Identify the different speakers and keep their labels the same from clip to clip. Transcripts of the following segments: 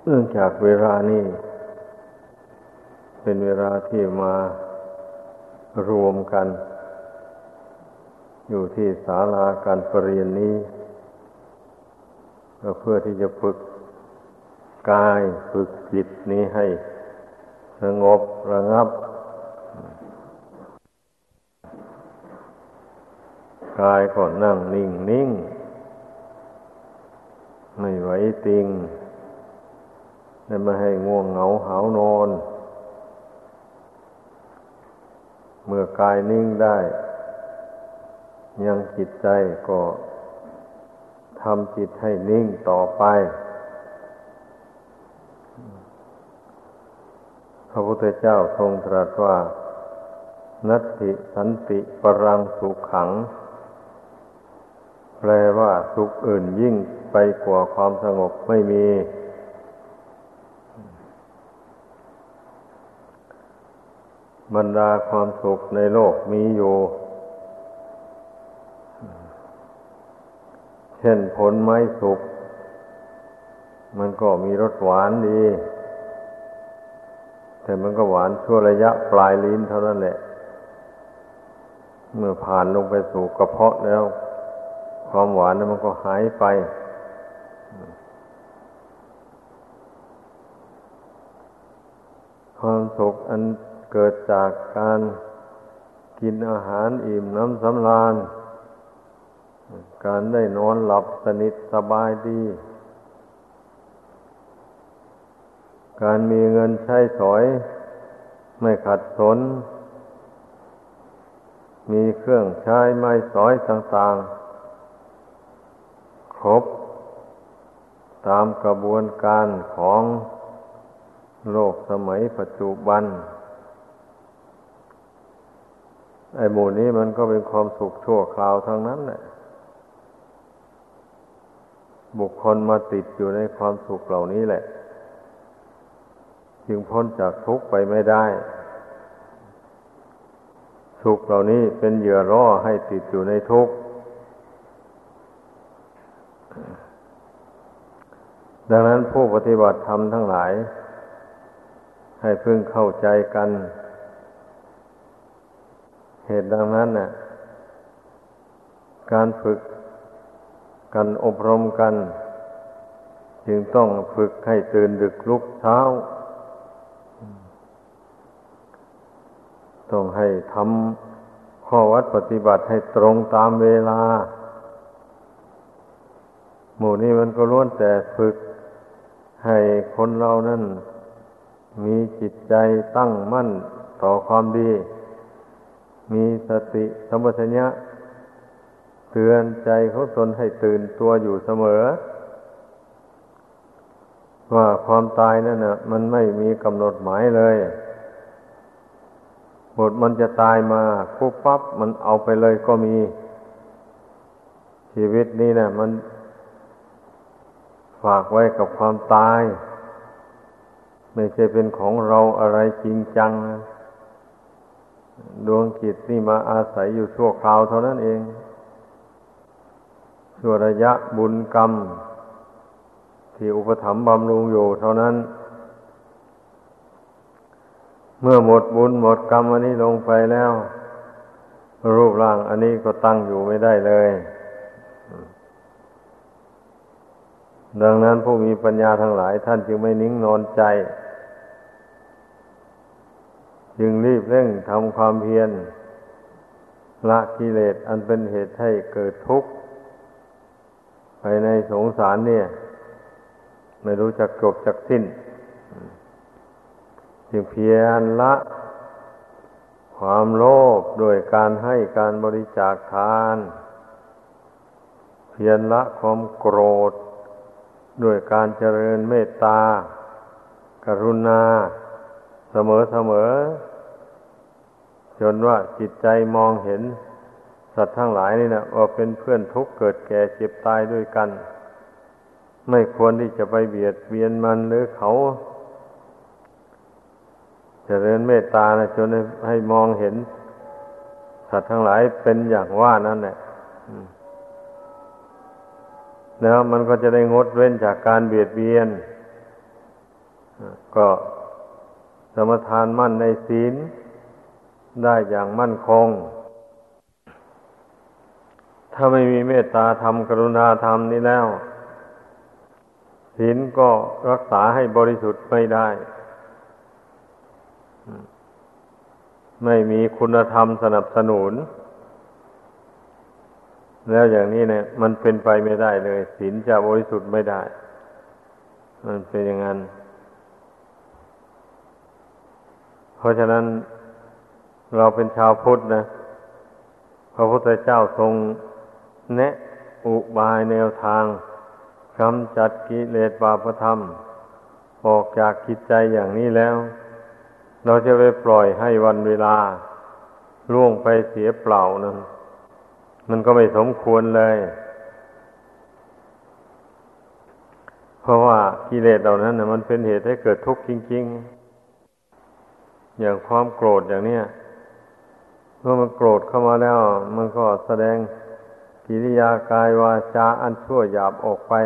Speaker 1: เนื่องจากเวลานี้เป็นเวลาที่มารวมกันอยู่ที่ศาลาการประเรียนนี้ก็เพื่อที่จะฝึกกายฝึกจิตนี้ให้สงบระงับกายก็นั่งนิ่งนิ่งไม่ไหวติงไม่ให้ง่วงเหงาหาวนอนเมื่อกายนิ่งได้ยังจิตใจก็ทำจิตให้นิ่งต่อไปพระพุทธเจ้าทรงตรัสว่านัตติสันติปรังสุขขังแปลว่าสุขอื่นยิ่งไปกว่าความสงบไม่มีบรรดาความสุขในโลกมีอยู่เช่นผลไม้สุกมันก็มีรสหวานดีแต่มันก็หวานชั่วระยะปลายลิ้นเท่านั้นแหละเมื่อผ่านลงไปสู่กระเพาะแล้วความหวานนั้นมันก็หายไปความสุขอันเกิดจากการกินอาหารอิ่มน้ำสำราญการได้นอนหลับสนิทสบายดีการมีเงินใช้สอยไม่ขัดสนมีเครื่องใช้ไม้สอยต่างๆครบตามกระบวนการของโลกสมัยปัจจุบันไอ้หมู่นี้มันก็เป็นความสุขชั่วคราวทั้งนั้นแหละบุคคลมาติดอยู่ในความสุขเหล่านี้แหละจึงพ้นจากทุกข์ไปไม่ได้สุขเหล่านี้เป็นเหยื่อล่อให้ติดอยู่ในทุกข์ดังนั้นผู้ปฏิบัติธรรมทั้งหลายให้พึงเข้าใจกันเหตุดังนั้นน่ะการฝึกกันอบรมกันจึงต้องฝึกให้ตื่นดึกลุกเช้าต้องให้ทำข้อวัดปฏิบัติให้ตรงตามเวลาหมู่นี้มันก็ล้วนแต่ฝึกให้คนเรานั้นมีจิตใจตั้งมั่นต่อความดีมีสติสัมปชัญญะเตือนใจของตนให้ตื่นตัวอยู่เสมอว่าความตายนั่นน่ะมันไม่มีกำหนดหมายเลยหมดมันจะตายมาปุ๊บปั๊บมันเอาไปเลยก็มีชีวิตนี้น่ะมันฝากไว้กับความตายไม่ใช่เป็นของเราอะไรจริงจังดวงจิตนี่มาอาศัยอยู่ชั่วคราวเท่านั้นเองชั่วระยะบุญกรรมที่อุปถัมภ์บำรุงอยู่เท่านั้นเมื่อหมดบุญหมดกรรมอันนี้ลงไปแล้วรูปร่างอันนี้ก็ตั้งอยู่ไม่ได้เลยดังนั้นผู้มีปัญญาทั้งหลายท่านจึงไม่นิ่งนอนใจจึงรีบเร่งทำความเพียรละกิเลสอันเป็นเหตุให้เกิดทุกข์ภายในสงสารเนี่ยไม่รู้จักจบจักสิ้นจึงเพียรละความโลภด้วยการให้การบริจาคทานเพียรละความโกรธด้วยการเจริญเมตตากรุณาเสมอจนว่าจิตใจมองเห็นสัตว์ทั้งหลายนี่นะว่าเป็นเพื่อนทุกข์เกิดแก่เจ็บตายด้วยกันไม่ควรที่จะไปเบียดเบียนมันหรือเขาเจริญเมตตานะจนให้มองเห็นสัตว์ทั้งหลายเป็นอย่างว่านั่นแหละแล้วมันก็จะได้งดเว้นจากการเบียดเบียนก็สมทานมั่นในศีลได้อย่างมั่นคงถ้าไม่มีเมตตาธรรมกรุณาธรรมนี้แล้วศีลก็รักษาให้บริสุทธิ์ไม่ได้ไม่มีคุณธรรมสนับสนุนแล้วอย่างนี้เนี่ยมันเป็นไปไม่ได้เลยศีลจะบริสุทธิ์ไม่ได้มันเป็นอย่างนั้นเพราะฉะนั้นเราเป็นชาวพุทธนะพระพุทธเจ้าทรงแนะอุบายแนวทางกำจัดกิเลสบาปธรรมออกจากจิตใจอย่างนี้แล้วเราจะไปปล่อยให้วันเวลาล่วงไปเสียเปล่านั้นมันก็ไม่สมควรเลยเพราะว่ากิเลสเหล่านั้นมันเป็นเหตุให้เกิดทุกข์จริงๆอย่างความโกรธอย่างเนี้ยเมื่อมันโกรธเข้ามาแล้วมันก็แสดงกิริยากายวาจาอันชั่วหยาบออกไป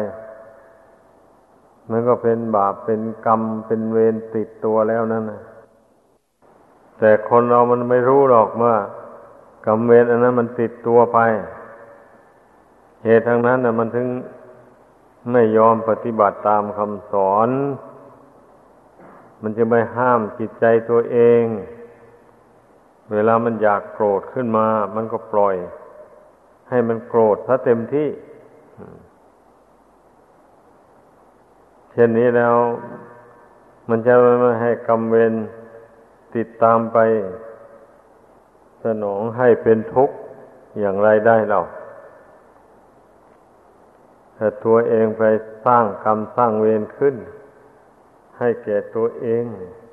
Speaker 1: มันก็เป็นบาปเป็นกรรมเป็นเวรติดตัวแล้วนั่นนะแต่คนเรามันไม่รู้หรอกเมื่อกรรมเวรอันนั้นมันติดตัวไปเหตุทางนั้นมันถึงไม่ยอมปฏิบัติตามคำสอนมันจะไม่ห้ามจิตใจตัวเองเวลามันอยากโกรธขึ้นมามันก็ปล่อยให้มันโกรธซะเต็มที่เช่นนี้แล้วมันจะไม่ให้กรรมเวรติดตามไปสนองให้เป็นทุกข์อย่างไรได้เล่าถ้าตัวเองไปสร้างกรรมสร้างเวรขึ้นให้แก่ตัวเอง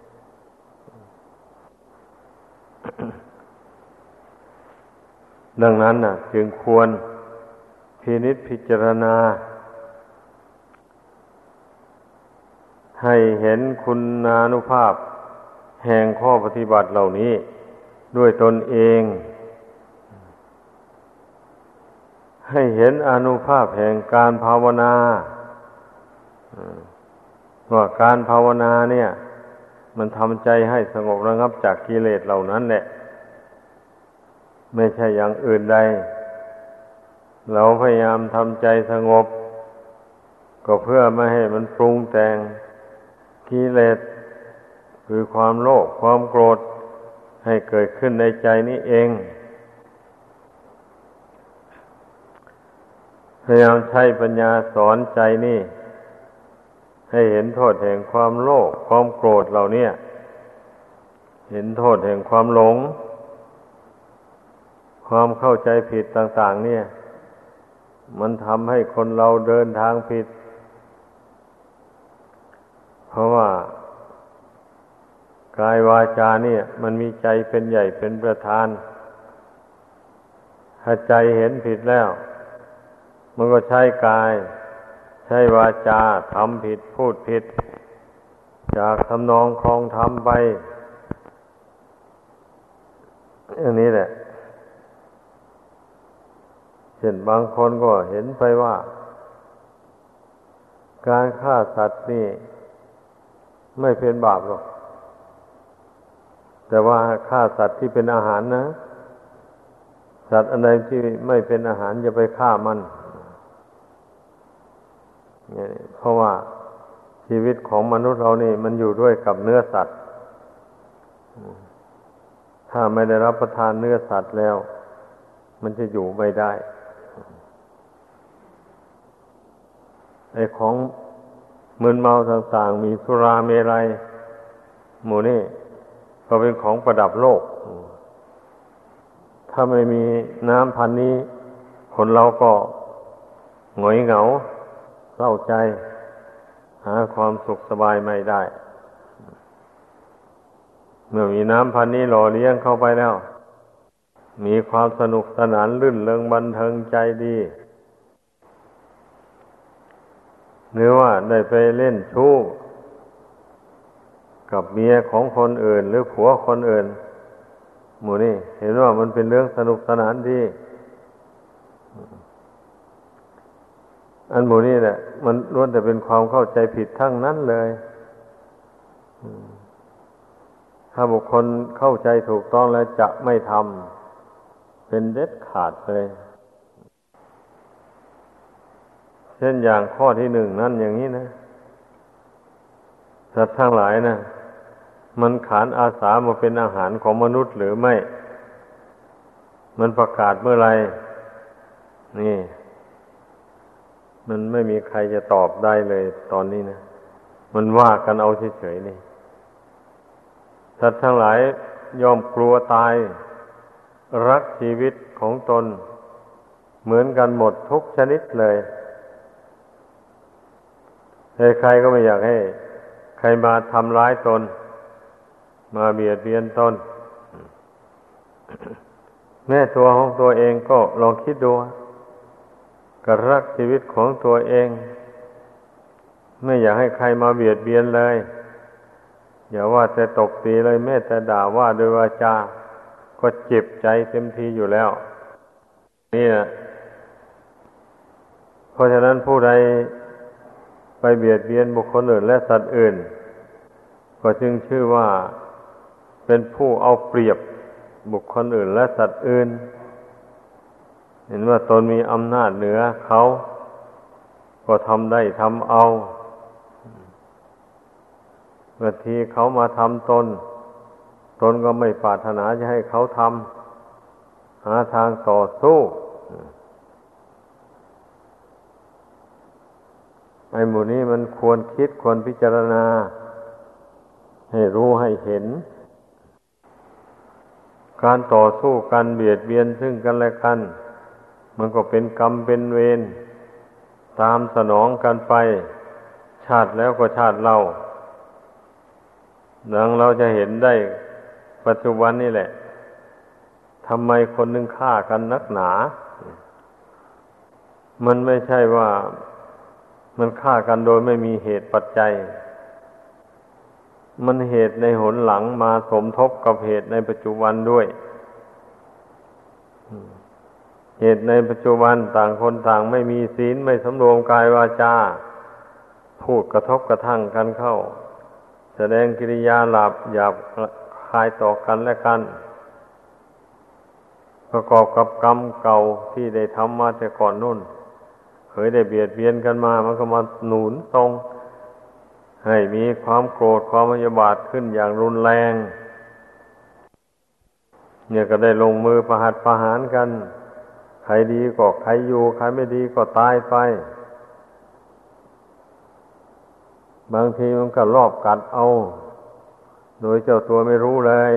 Speaker 1: ดังนั้นจึงควรพินิจพิจารณาให้เห็นคุณานุภาพแห่งข้อปฏิบัติเหล่านี้ด้วยตนเองให้เห็นอานุภาพแห่งการภาวนาว่าการภาวนาเนี่ยมันทำใจให้สงบระงับจากกิเลสเหล่านั้นแหละไม่ใช่อย่างอื่นใดเราพยายามทำใจสงบก็เพื่อไม่ให้มันปรุงแต่งกิเลสคือความโลภความโกรธให้เกิดขึ้นในใจนี้เองพยายามใช้ปัญญาสอนใจนี่ให้เห็นโทษแห่งความโลภความโกรธเหล่านี้เห็นโทษแห่งความหลงความเข้าใจผิดต่างๆเนี่ยมันทำให้คนเราเดินทางผิดเพราะว่ากายวาจาเนี่ยมันมีใจเป็นใหญ่เป็นประธานถ้าใจเห็นผิดแล้วมันก็ใช้กายใช้วาจาทำผิดพูดผิดจากทำนองครองธรรมไปอย่างนี้แหละเช่นบางคนก็เห็นไปว่าการฆ่าสัตว์นี่ไม่เป็นบาปหรอกแต่ว่าฆ่าสัตว์ที่เป็นอาหารนะสัตว์อันใดที่ไม่เป็นอาหารอย่าไปฆ่ามันเพราะว่าชีวิตของมนุษย์เรานี่มันอยู่ด้วยกับเนื้อสัตว์ถ้าไม่ได้รับประทานเนื้อสัตว์แล้วมันจะอยู่ไม่ได้ไอ้ของมึนเมาต่างๆมีสุราเมรัยหมู่นี่ก็เป็นของประดับโลกถ้าไม่มีน้ำพันนี้คนเราก็หงอยเหงาเศร้าใจหาความสุขสบายไม่ได้เมื่อมีน้ำพันนี้หล่อเลี้ยงเข้าไปแล้วมีความสนุกสนานรื่นเริงบันเทิงใจดีหรือว่าได้ไปเล่นชู้กับเมียของคนอื่นหรือผัวคนอื่นหมู่นี่เห็นว่ามันเป็นเรื่องสนุกสนานดีอันหมู่นี่แหละมันล้วนแต่เป็นความเข้าใจผิดทั้งนั้นเลยถ้าบุคคลเข้าใจถูกต้องแล้วจะไม่ทำเป็นเด็ดขาดเลยเช่นอย่างข้อที่หนึ่งนั่นอย่างนี้นะสัตว์ทั้งหลายนะมันขานอาสามาเป็นอาหารของมนุษย์หรือไม่มันประกาศเมื่อไรนี่มันไม่มีใครจะตอบได้เลยตอนนี้นะมันว่ากันเอาเฉยๆนี่สัตว์ทั้งหลายยอมกลัวตายรักชีวิตของตนเหมือนกันหมดทุกชนิดเลยใครๆก็ไม่อยากให้ใครมาทำร้ายตนมาเบียดเบียนตนแม่ตัวของตัวเองก็ลองคิดดูก็รักชีวิตของตัวเองไม่อยากให้ใครมาเบียดเบียนเลยอย่าว่าแต่ตบตีเลยแม้แต่ด่าว่าโดยวาจาก็เจ็บใจเต็มทีอยู่แล้วนี่นะเพราะฉะนั้นผู้ใดไปเบียดเบียนบุคคลอื่นและสัตว์อื่นก็จึงชื่อว่าเป็นผู้เอาเปรียบบุคคลอื่นและสัตว์อื่นเห็นว่าตนมีอำนาจเหนือเขาก็ทำได้ทำเอาบางทีเขามาทำตนก็ไม่ปรารถนาจะให้เขาทำหาทางต่อสู้ไอ้หมู่นี้มันควรคิดควรพิจารณาให้รู้ให้เห็นการต่อสู้กันเบียดเบียนซึ่งกันและกันมันก็เป็นกรรมเป็นเวรตามสนองกันไปชาติแล้วก็ชาติเล่าดังเราจะเห็นได้ปัจจุบันนี่แหละทำไมคนหนึ่งฆ่ากันนักหนามันไม่ใช่ว่ามันฆ่ากันโดยไม่มีเหตุปัจจัยมันเหตุในหนหลังมาสมทบกับเหตุในปัจจุบันด้วยเหตุในปัจจุบันต่างคนต่างไม่มีศีลไม่สำรวมกายวาจาพูดกระทบกระทั่งกันเข้าแสดงกิริยาหยาบคายต่อกันและกันประกอบกับกรรมเก่าที่ได้ทำมาแต่ก่อนนู่นเคยได้เบียดเบียนกันมามันก็มาหนุนตรงให้มีความโกรธความพยาบาทขึ้นอย่างรุนแรงเนี่ยก็ได้ลงมือประหัตประหารกันใครดีก็ใครอยู่ใครไม่ดีก็ตายไปบางทีมันก็ลอบกัดเอาโดยเจ้าตัวไม่รู้เลย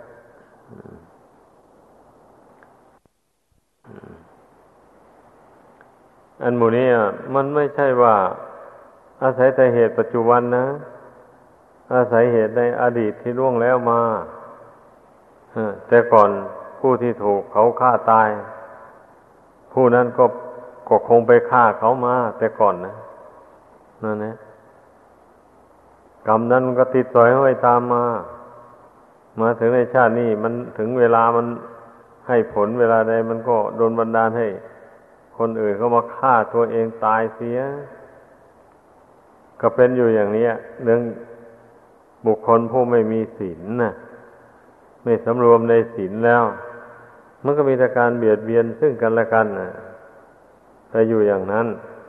Speaker 1: อันหมู่นี้มันไม่ใช่ว่าอาศัยแต่เหตุปัจจุบันนะอาศัยเหตุในอดีตที่ล่วงแล้วมาแต่ก่อนผู้ที่ถูกเขาฆ่าตายผู้นั้นก็คงไปฆ่าเขามาแต่ก่อนนะนั่นแหละกรรมนั้นมันก็ติดสอยห้อยตามมาถึงในชาตินี้มันถึงเวลามันให้ผลเวลาใดมันก็โดนบันดาลให้คนอื่นเขามาฆ่าตัวเองตายเสียก็เป็นอยู่อย่างนี้เรื่องบุคคลผู้ไม่มีศีลน่ะไม่สำรวมในศีลแล้วมันก็มีแต่การเบียดเบียนซึ่งกันและกันน่ะแต่อยู่อย่างนั้น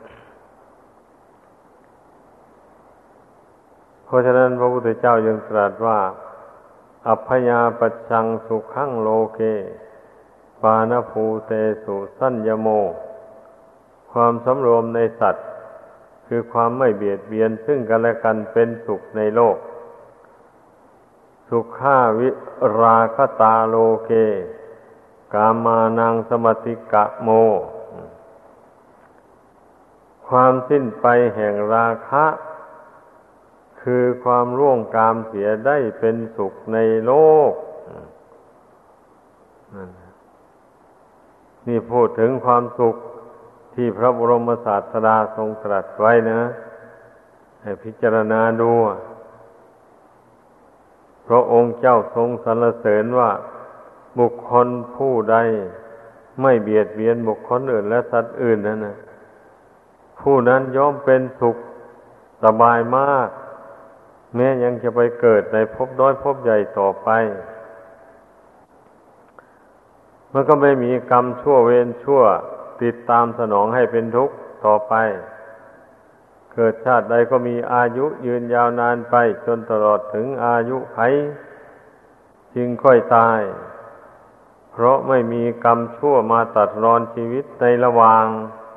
Speaker 1: เพราะฉะนั้นพระพุทธเจ้ายังตรัสว่าอัพพยาปัจฉังสุขังโลเกปานภูเตสุสัญญโมความสำรวมในสัตว์คือความไม่เบียดเบียนซึ่งกันและกันเป็นสุขในโลกสุขาวิราคตาโลเกกามานังสมติกะโมความสิ้นไปแห่งราคะคือความร่วงกามเสียได้เป็นสุขในโลกนี่พูดถึงความสุขที่พระบรมศาสดาทรงตรัสไว้นะให้พิจารณาดูพระองค์เจ้าทรงสรรเสริญว่าบุคคลผู้ใดไม่เบียดเบียนบุคคลอื่นและสัตว์อื่นนั่นนะผู้นั้นย่อมเป็นสุขสบายมากแม้ยังจะไปเกิดในภพน้อยภพใหญ่ต่อไปมันก็ไม่มีกรรมชั่วเวรชั่วติดตามสนองให้เป็นทุกข์ต่อไปเกิดชาติใดก็มีอายุยืนยาวนานไปจนตลอดถึงอายุไขจึงค่อยตายเพราะไม่มีกรรมชั่วมาตัดรอนชีวิตในระหว่าง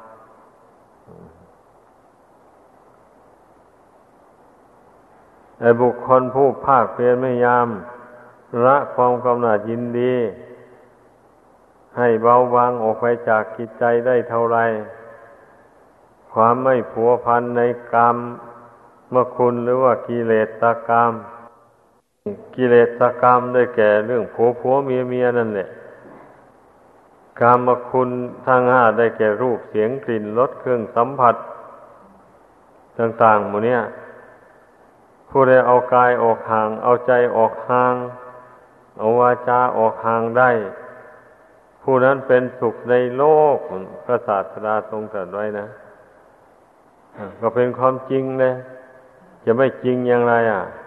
Speaker 1: ไอ้บุคคลผู้ภาคเพียรพยายามละความกำหนัดยินดีให้เบาบางออกไปจากจิตใจได้เท่าไรความไม่ผัวพันในกรรมเมื่อคุณหรือว่ากิเลสกรรมกิเลสกรรมได้แก่เรื่องผัวเมียนั่นแหละกามคุณทั้งห้าได้แก่รูปเสียงกลิ่นรสเครื่องสัมผัสต่างๆหมดเนี่ยผู้ใดเอากายออกห่างเอาใจออกห่างเอาวาจาออกห่างได้ผู้นั้นเป็นสุขในโลกพระศาสดาทรงตรัสไว้นะก็เป็นความจริงเลยจะไม่จริงอย่างไร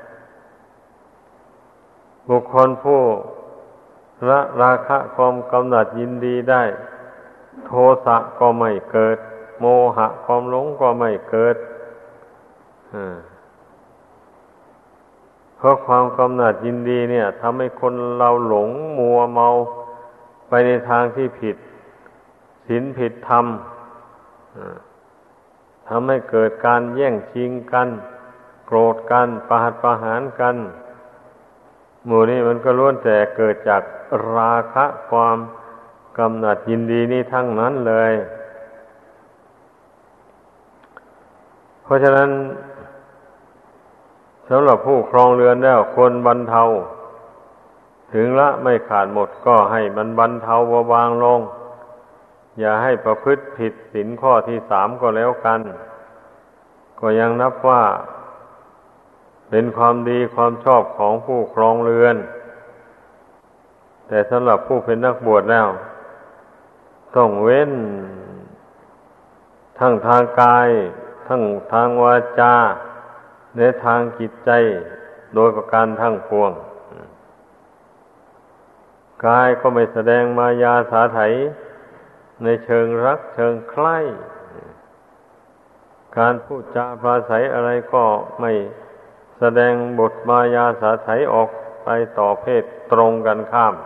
Speaker 1: บุคคลผู้ละราคะความกำหนัดยินดีได้โทสะก็ไม่เกิดโมหะความหลงก็ไม่เกิดเพราะความกำหนัดยินดีเนี่ยทำให้คนเราหลงมัวเมาไปในทางที่ผิดศีลผิดธรรมทำให้เกิดการแย่งชิงกันโกรธกันประหัตประหารกันหมู่นี้มันก็ล้วนแต่เกิดจากราคะความกำหนัดยินดีนี่ทั้งนั้นเลยเพราะฉะนั้นสำหรับผู้ครองเรือนแล้วควรบรรเทาถึงละไม่ขาดหมดก็ให้มันบรรเทาเบาบางลงอย่าให้ประพฤติผิดศีลข้อที่3ก็แล้วกันก็ยังนับว่าเป็นความดีความชอบของผู้ครองเรือนแต่สำหรับผู้เป็นนักบวชแล้วต้องเว้นทั้งทางกายทั้งทางวาจาและทางจิตใจโดยประการทั้งปวงกายก็ไม่แสดงมายาสาไถในเชิงรักเชิงใคร่การพูดจาปราศัยอะไรก็ไม่แสดงบทมายาสาไถออกไปต่อเพศตรงกันข้าม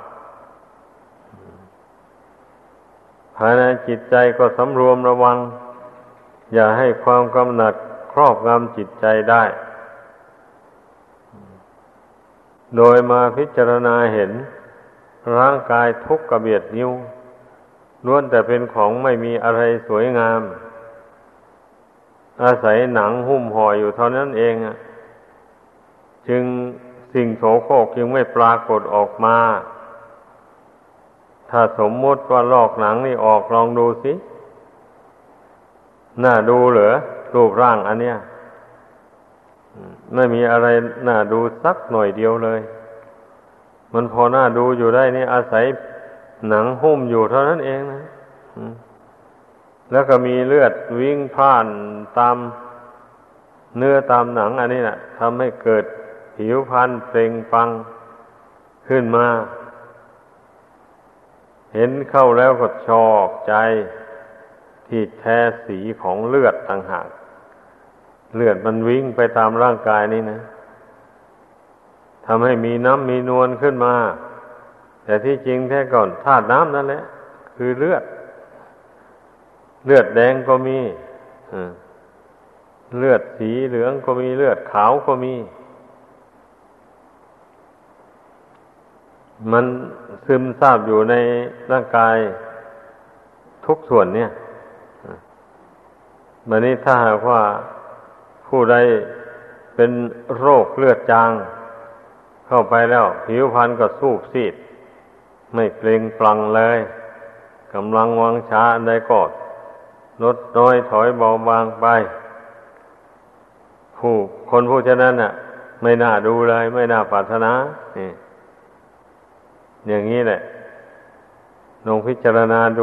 Speaker 1: ภายในจิตใจก็สำรวมระวังอย่าให้ความกำหนัดครอบงำจิตใจได้โดยมาพิจารณาเห็นร่างกายทุกกระเบียดนิ้วล้วนแต่เป็นของไม่มีอะไรสวยงามอาศัยหนังหุ้มห่ออยู่เท่านั้นเองจึงสิ่งโสโครกจึงไม่ปรากฏออกมาถ้าสมมติว่าลอกหนังนี่ออกลองดูสิน่าดูเหรอรูปร่างอันเนี้ยไม่มีอะไรน่าดูสักหน่อยเดียวเลยมันพอน่าดูอยู่ได้นี่อาศัยหนังหุ้มอยู่เท่านั้นเองนะแล้วก็มีเลือดวิ่งผ่านตามเนื้อตามหนังอันนี้นะทำให้เกิดผิวพรรณเปล่งปลั่งขึ้นมาเห็นเข้าแล้วก็ชอกใจที่แท้สีของเลือดต่างหากเลือดมันวิ่งไปตามร่างกายนี่นะทำให้มีน้ำมีนวลขึ้นมาแต่ที่จริงแท้ก่อนธาตุน้ำนั่นแหละคือเลือดแดงก็มีเลือดสีเหลืองก็มีเลือดขาวก็มีมันซึมซาบอยู่ในร่างกายทุกส่วนเนี่ยวันนี้ถ้าหากว่าผู้ใดเป็นโรคเลือดจางเข้าไปแล้วผิวพรรณก็สูบซีดไม่เปล่งปลั่งเลยกำลังวังชาอันใดก็ลดน้อยถอยเบาบางไปคนผู้ฉะนั้นน่ะไม่น่าดูเลยไม่น่าปรารถนาอย่างนี้แหละลองพิจารณาดู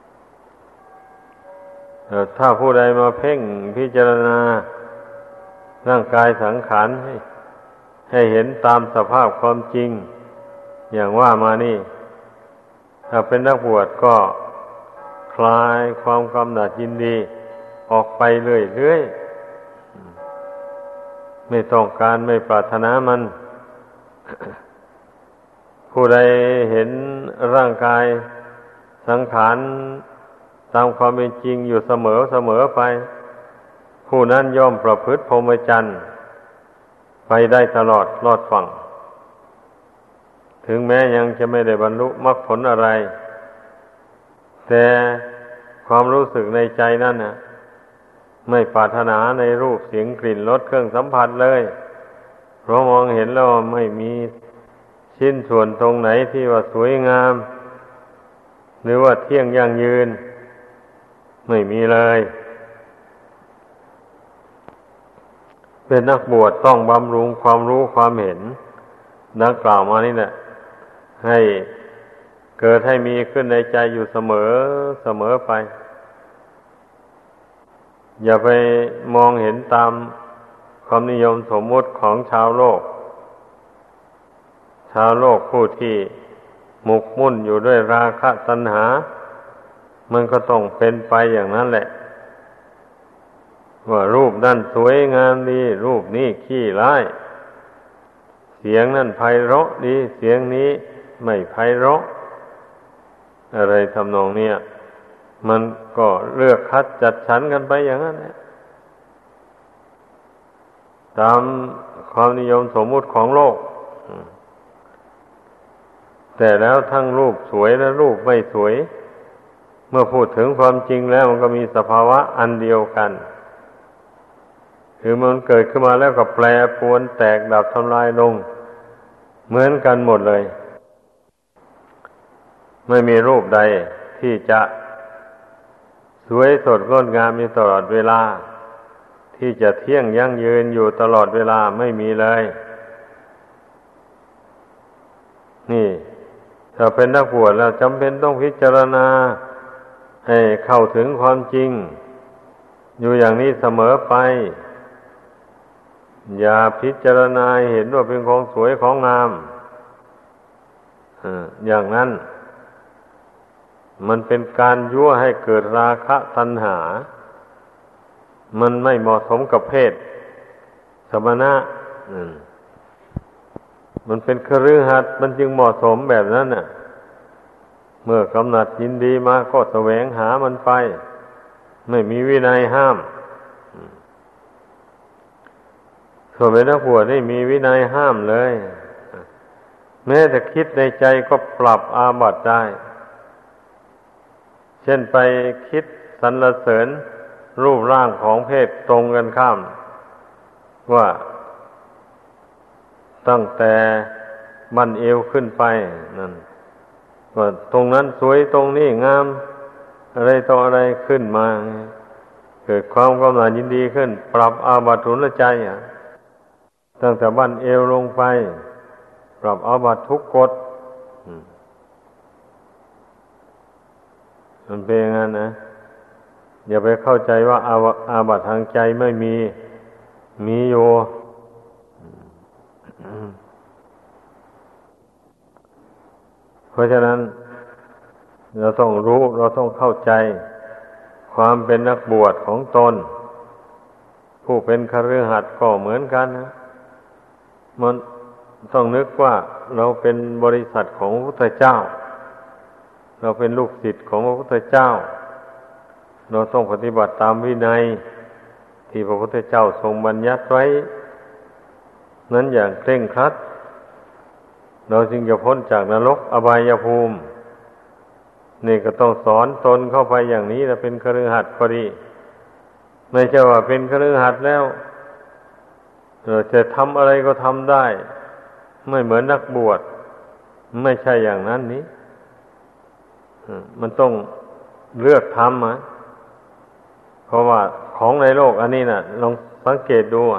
Speaker 1: ถ้าผู้ใดมาเพ่งพิจารณาร่างกายสังขารให้เห็นตามสภาพความจริงอย่างว่ามานี่ถ้าเป็นนักบวชก็คลายความกำหนัดยินดีออกไปเรื่อยๆไม่ต้องการไม่ปรารถนามัน ผู้ใดเห็นร่างกายสังขารตามความเป็นจริงอยู่เสมอไปผู้นั้นย่อมประพฤติพรหมจรรย์ไปได้ตลอดรอดฝั่งถึงแม้ยังจะไม่ได้บรรลุมรรคผลอะไรแต่ความรู้สึกในใจนั่นน่ะไม่ปรารถนาในรูปเสียงกลิ่นรสเครื่องสัมผัสเลยเพราะมองเห็นแล้วไม่มีชิ้นส่วนตรงไหนที่ว่าสวยงามหรือว่าเที่ยงยั่งยืนไม่มีเลยเป็นนักบวชต้องบำรุงความรู้ความเห็นดังกล่าวมานี่แหละให้เกิดให้มีขึ้นในใจอยู่เสมอไปอย่าไปมองเห็นตามความนิยมสมมุติของชาวโลกผู้ที่หมกมุ่นอยู่ด้วยราคะตัณหามันก็ต้องเป็นไปอย่างนั้นแหละว่ารูปนั่นสวยงามดีรูปนี้ขี้ร้ายเสียงนั่นไพเราะดีเสียงนี้ไม่ไพเราะอะไรทำนองเนี้ยมันก็เลือกคัดจัดสรรกันไปอย่างนั้นแหละตามความนิยมสมมุติของโลกแต่แล้วทั้งรูปสวยและรูปไม่สวยเมื่อพูดถึงความจริงแล้วมันก็มีสภาวะอันเดียวกันคือมันเกิดขึ้นมาแล้วก็แปรปรวนแตกดับทำลายลงเหมือนกันหมดเลยไม่มีรูปใดที่จะสวยสดงดงามอยู่ตลอดเวลาที่จะเที่ยงยั่งยืนอยู่ตลอดเวลาไม่มีเลยนี่ถ้าเป็นนักบวชแล้วจำเป็นต้องพิจารณาให้เข้าถึงความจริงอยู่อย่างนี้เสมอไปอย่าพิจารณาเห็นว่าเป็นของสวยของงามอย่างนั้นมันเป็นการยั่วให้เกิดราคะตัณหามันไม่เหมาะสมกับเพศสมณะมันเป็นคฤหัสถ์มันจึงเหมาะสมแบบนั้นน่ะเมื่อกำหนัดยินดีมาก็แสวงหามันไปไม่มีวินัยห้ามส่วนเป็นนักบวชนี่มีวินัยห้ามเลยแม้แต่คิดในใจก็ปรับอาบัติได้เช่นไปคิดสรรเสริญรูปร่างของเพศตรงกันข้ามว่าตั้งแต่บั้นเอวขึ้นไปนั่นว่าตรงนั้นสวยตรงนี้งามอะไรต่ออะไรขึ้นมาเกิดความกำหนัดยินดีขึ้นปรับอาบัติทุนละใจตั้งแต่บั้นเอวลงไปปรับอาบัติทุกกฎมันเป็นอย่างนั้นนะอย่าไปเข้าใจว่าอาบัติทางใจไม่มีอยู่เพราะฉะนั้นเราต้องรู้เราต้องเข้าใจความเป็นนักบวชของตนผู้เป็นคฤหัสถ์ก็เหมือนกันนะมันต้องนึกว่าเราเป็นบริษัทของพระพุทธเจ้าเราเป็นลูกศิษย์ของพระพุทธเจ้าเราต้องปฏิบัติตามวินัยที่พระพุทธเจ้าทรงบัญญัติไว้นั้นอย่างเคร่งครัดเราจึงจะพ้นจากนรกอบายภูมินี่ก็ต้องสอนตนเข้าไปอย่างนี้แล้วเป็นคฤหัสถ์พอดีไม่ใช่ว่าเป็นคฤหัสถ์แล้วจะทำอะไรก็ทำได้ไม่เหมือนนักบวชไม่ใช่อย่างนั้นนี้มันต้องเลือกทำเพราะว่าของในโลกอันนี้น่ะลองสังเกตดู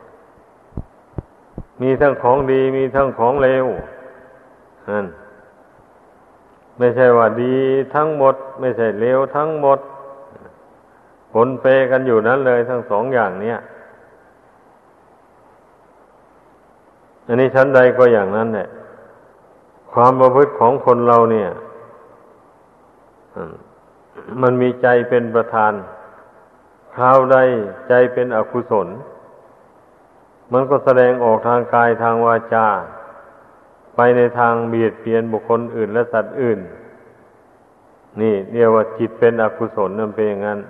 Speaker 1: มีทั้งของดีมีทั้งของเลวนั่นไม่ใช่ว่าดีทั้งหมดไม่ใช่เลวทั้งหมดปนเปกันอยู่นั้นเลยทั้งสองอย่างเนี้ยอันนี้ชั้นใดก็อย่างนั้นแหละความประพฤติของคนเราเนี่ยมันมีใจเป็นประธานคราวใดใจเป็นอกุศลมันก็แสดงออกทางกายทางวาจาไปในทางเบียดเบียนบุคคลอื่นและสัตว์อื่นนี่เรียกว่าจิตเป็นอกุศลนั่นเป็นอย่างนั้น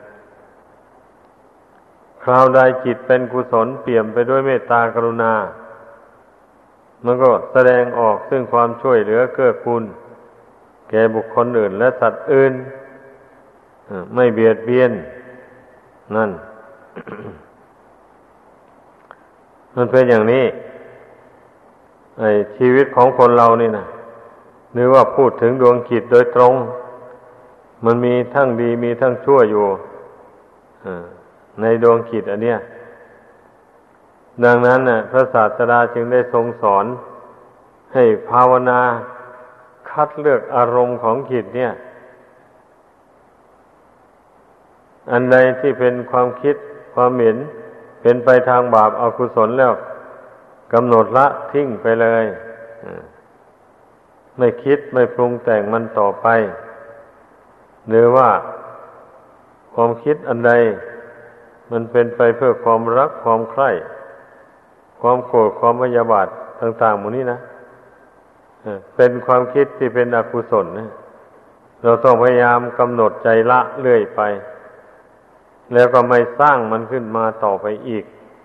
Speaker 1: คราวใดจิตเป็นกุศลเปี่ยมไปด้วยเมตตากรุณามันก็แสดงออกซึ่งความช่วยเหลือเกื้อกูลแก่บุคคลอื่นและสัตว์อื่นไม่เบียดเบียนนั่น มันเป็นอย่างนี้ชีวิตของคนเรานี่นะหรือว่าพูดถึงดวงจิตโดยตรงมันมีทั้งดีมีทั้งชั่วอยู่ในดวงจิตอันเนี้ยดังนั้นน่ะพระศาสดาจึงได้ทรงสอนให้ภาวนาคัดเลือกอารมณ์ของจิตเนี่ยอันใดที่เป็นความคิดความเห็นเป็นไปทางบาปอกุศลแล้วกำหนดละทิ้งไปเลยไม่คิดไม่ปรุงแต่งมันต่อไปหรือว่าความคิดอันใดมันเป็นไปเพื่อความรักความใคร่ความโกรธความพยาบาทต่างๆหมดนี้นะเป็นความคิดที่เป็นอกุศลนะเราต้องพยายามกำหนดใจละเรื่อยไปแล้วก็ไม่สร้างมันขึ้นมาต่อไปอีก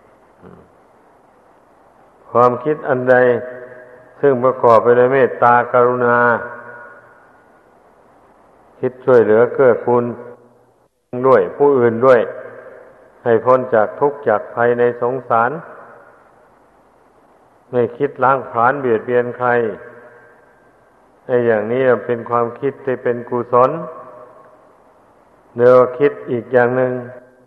Speaker 1: ความคิดอันใดซึ่งประกอบไปด้วยเมตตากรุณาคิดช่วยเหลือเกื้อกูลด้วยผู้อื่นด้วยให้พ้นจากทุกข์จากภัยในสงสารไม่คิดล้างผลาญเบียดเบียนใครไอ้อย่างนี้เป็นความคิดที่เป็นกุศลเดี๋ยวคิดอีกอย่างหนึ่ง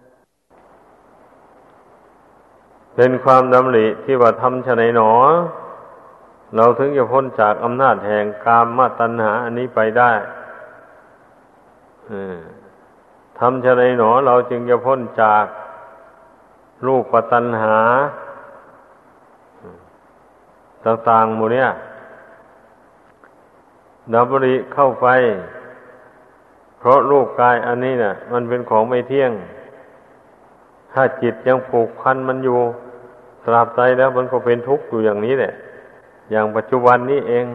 Speaker 1: เป็นความดำริที่ว่าทำไฉนหนอเราถึงจะพ้นจากอำนาจแห่งกามตัณหาอันนี้ไปได้ทำไฉนหนอเราจึงจะพ้นจากรูปตัณหาต่างๆหมู่เนี่ยดำริเข้าไปเพราะรูปกายอันนี้น่ะมันเป็นของไม่เที่ยงถ้าจิตยังผูกพันมันอยู่ตราบใดแล้วมันก็เป็นทุกข์อยู่อย่างนี้แหละอย่างปัจจุบันนี้เอง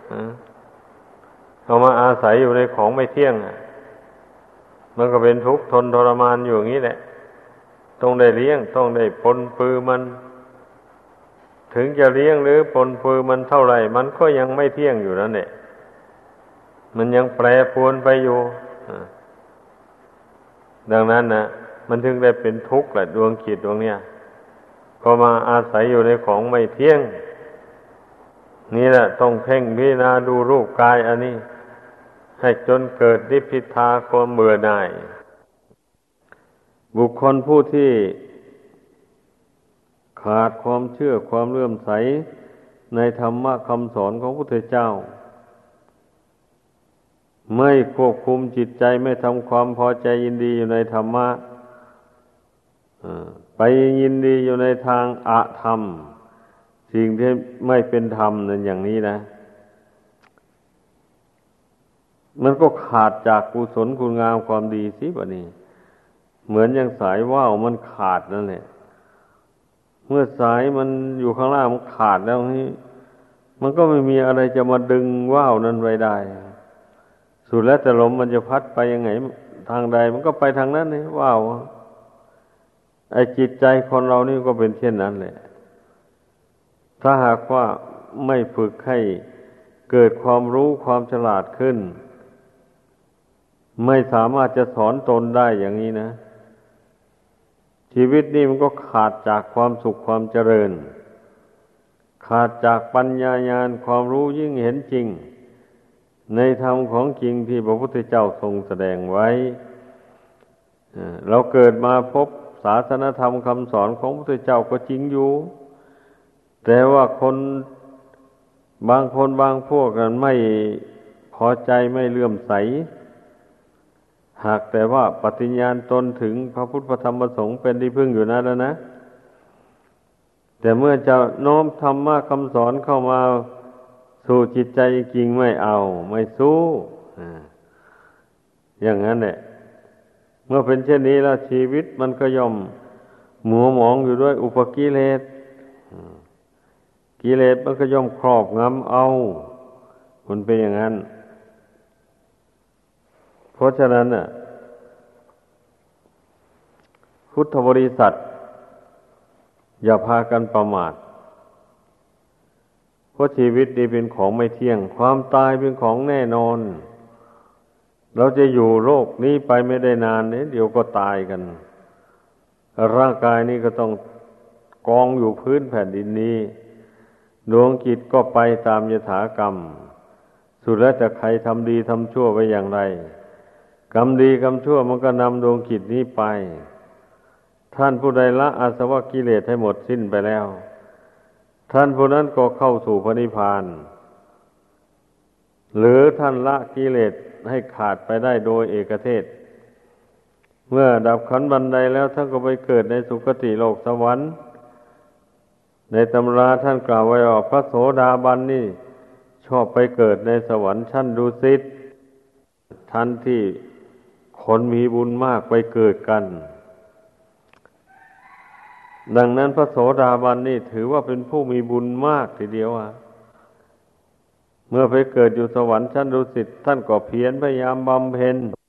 Speaker 1: เอามาอาศัยอยู่ในของไม่เที่ยงมันก็เป็นทุกข์ทนทรมานอยู่อย่างนี้แหละต้องได้เลี้ยงต้องได้ปนปือมันถึงจะเลี้ยงหรือปนปือมันเท่าไหร่มันก็ยังไม่เที่ยงอยู่นั่นแหละมันยังแปรปรวนไปอยู่ดังนั้นนะมันถึงได้เป็นทุกข์แหละดวงจิตดวงเนี้ยก็มาอาศัยอยู่ในของไม่เที่ยงนี่แหละต้องเพ่งพิจารณาดูรูปกายอันนี้ให้จนเกิดนิพพิทาความเบื่อหน่ายบุคคลผู้ที่ขาดความเชื่อความเลื่อมใสในธรรมะคำสอนของพระพุทธเจ้าไม่ควบคุมจิตใจไม่ทำความพอใจยินดีอยู่ในธรรมะไปยินดีอยู่ในทางอธรรมสิ่งที่ไม่เป็นธรรมนั่นอย่างนี้นะมันก็ขาดจากกุศลคุณงามความดีสิบัดนี้เหมือนอย่างสายว่าวมันขาดนั่นแหละเมื่อสายมันอยู่ข้างล่างมันขาดแล้วนี่มันก็ไม่มีอะไรจะมาดึงว่าวนั้นไว้ได้สุดแล้วแต่ลมมันจะพัดไปยังไงทางใดมันก็ไปทางนั้นนี่ว่าวไอ้จิตใจคนเรานี่ก็เป็นเช่นนั้นแหละถ้าหากว่าไม่ฝึกให้เกิดความรู้ความฉลาดขึ้นไม่สามารถจะสอนตนได้อย่างนี้นะชีวิตนี้มันก็ขาดจากความสุขความเจริญขาดจากปัญญาญาณความรู้ยิ่งเห็นจริงในธรรมของจริงที่พระพุทธเจ้าทรงแสดงไว้เราเกิดมาพบศาสนธรรมคำสอนของพระพุทธเจ้าก็จริงอยู่แต่ว่าคนบางคนบางพวกกันไม่พอใจไม่เลื่อมใสหากแต่ว่าปฏิญญาณตนถึงพระพุทธพระธรรมพระสงฆ์เป็นที่พึ่งอยู่นั่นแล้วนะแต่เมื่อจะโน้มธรรมะคำสอนเข้ามาสู่จิตใจจริงไม่เอาไม่สู้อย่างนั้นแหละเมื่อเป็นเช่นนี้แล้วชีวิตมันก็ย่อมหมัวหมองอยู่ด้วยอุปกิเลสกิเลสมันก็ย่อมครอบงำเอามันเป็นอย่างนั้นเพราะฉะนั้นน่ะพุทธบริษัทอย่าพากันประมาทเพราะชีวิตนี้เป็นของไม่เที่ยงความตายเป็นของแน่นอนเราจะอยู่โลกนี้ไปไม่ได้นานเนี่ยเดี๋ยวก็ตายกันร่างกายนี้ก็ต้องกองอยู่พื้นแผ่นดินนี้ดวงจิตก็ไปตามยถากรรมสุดแล้วแต่ใครทำดีทำชั่วไปอย่างไรกรรมดีกรรมชั่วมันก็นำดวงจิตนี้ไปท่านผู้ใดละอาสวะกิเลสให้หมดสิ้นไปแล้วท่านผู้นั้นก็เข้าสู่พระนิพพานหรือท่านละกิเลสให้ขาดไปได้โดยเอกเทศเมื่อดับขันธ์บันไดแล้วท่านก็ไปเกิดในสุคติโลกสวรรค์ในตำราท่านกล่าวไว้ว่าพระโสดาบันนี่ชอบไปเกิดในสวรรค์ชั้นดุสิตท่านที่คนมีบุญมากไปเกิดกันดังนั้นพระโสดาบันนี่ถือว่าเป็นผู้มีบุญมากทีเดียวเมื่อไปเกิดอยู่สวรรค์ชั้นดุสิตท่านก็เพียรพยายามบำเพ็ญ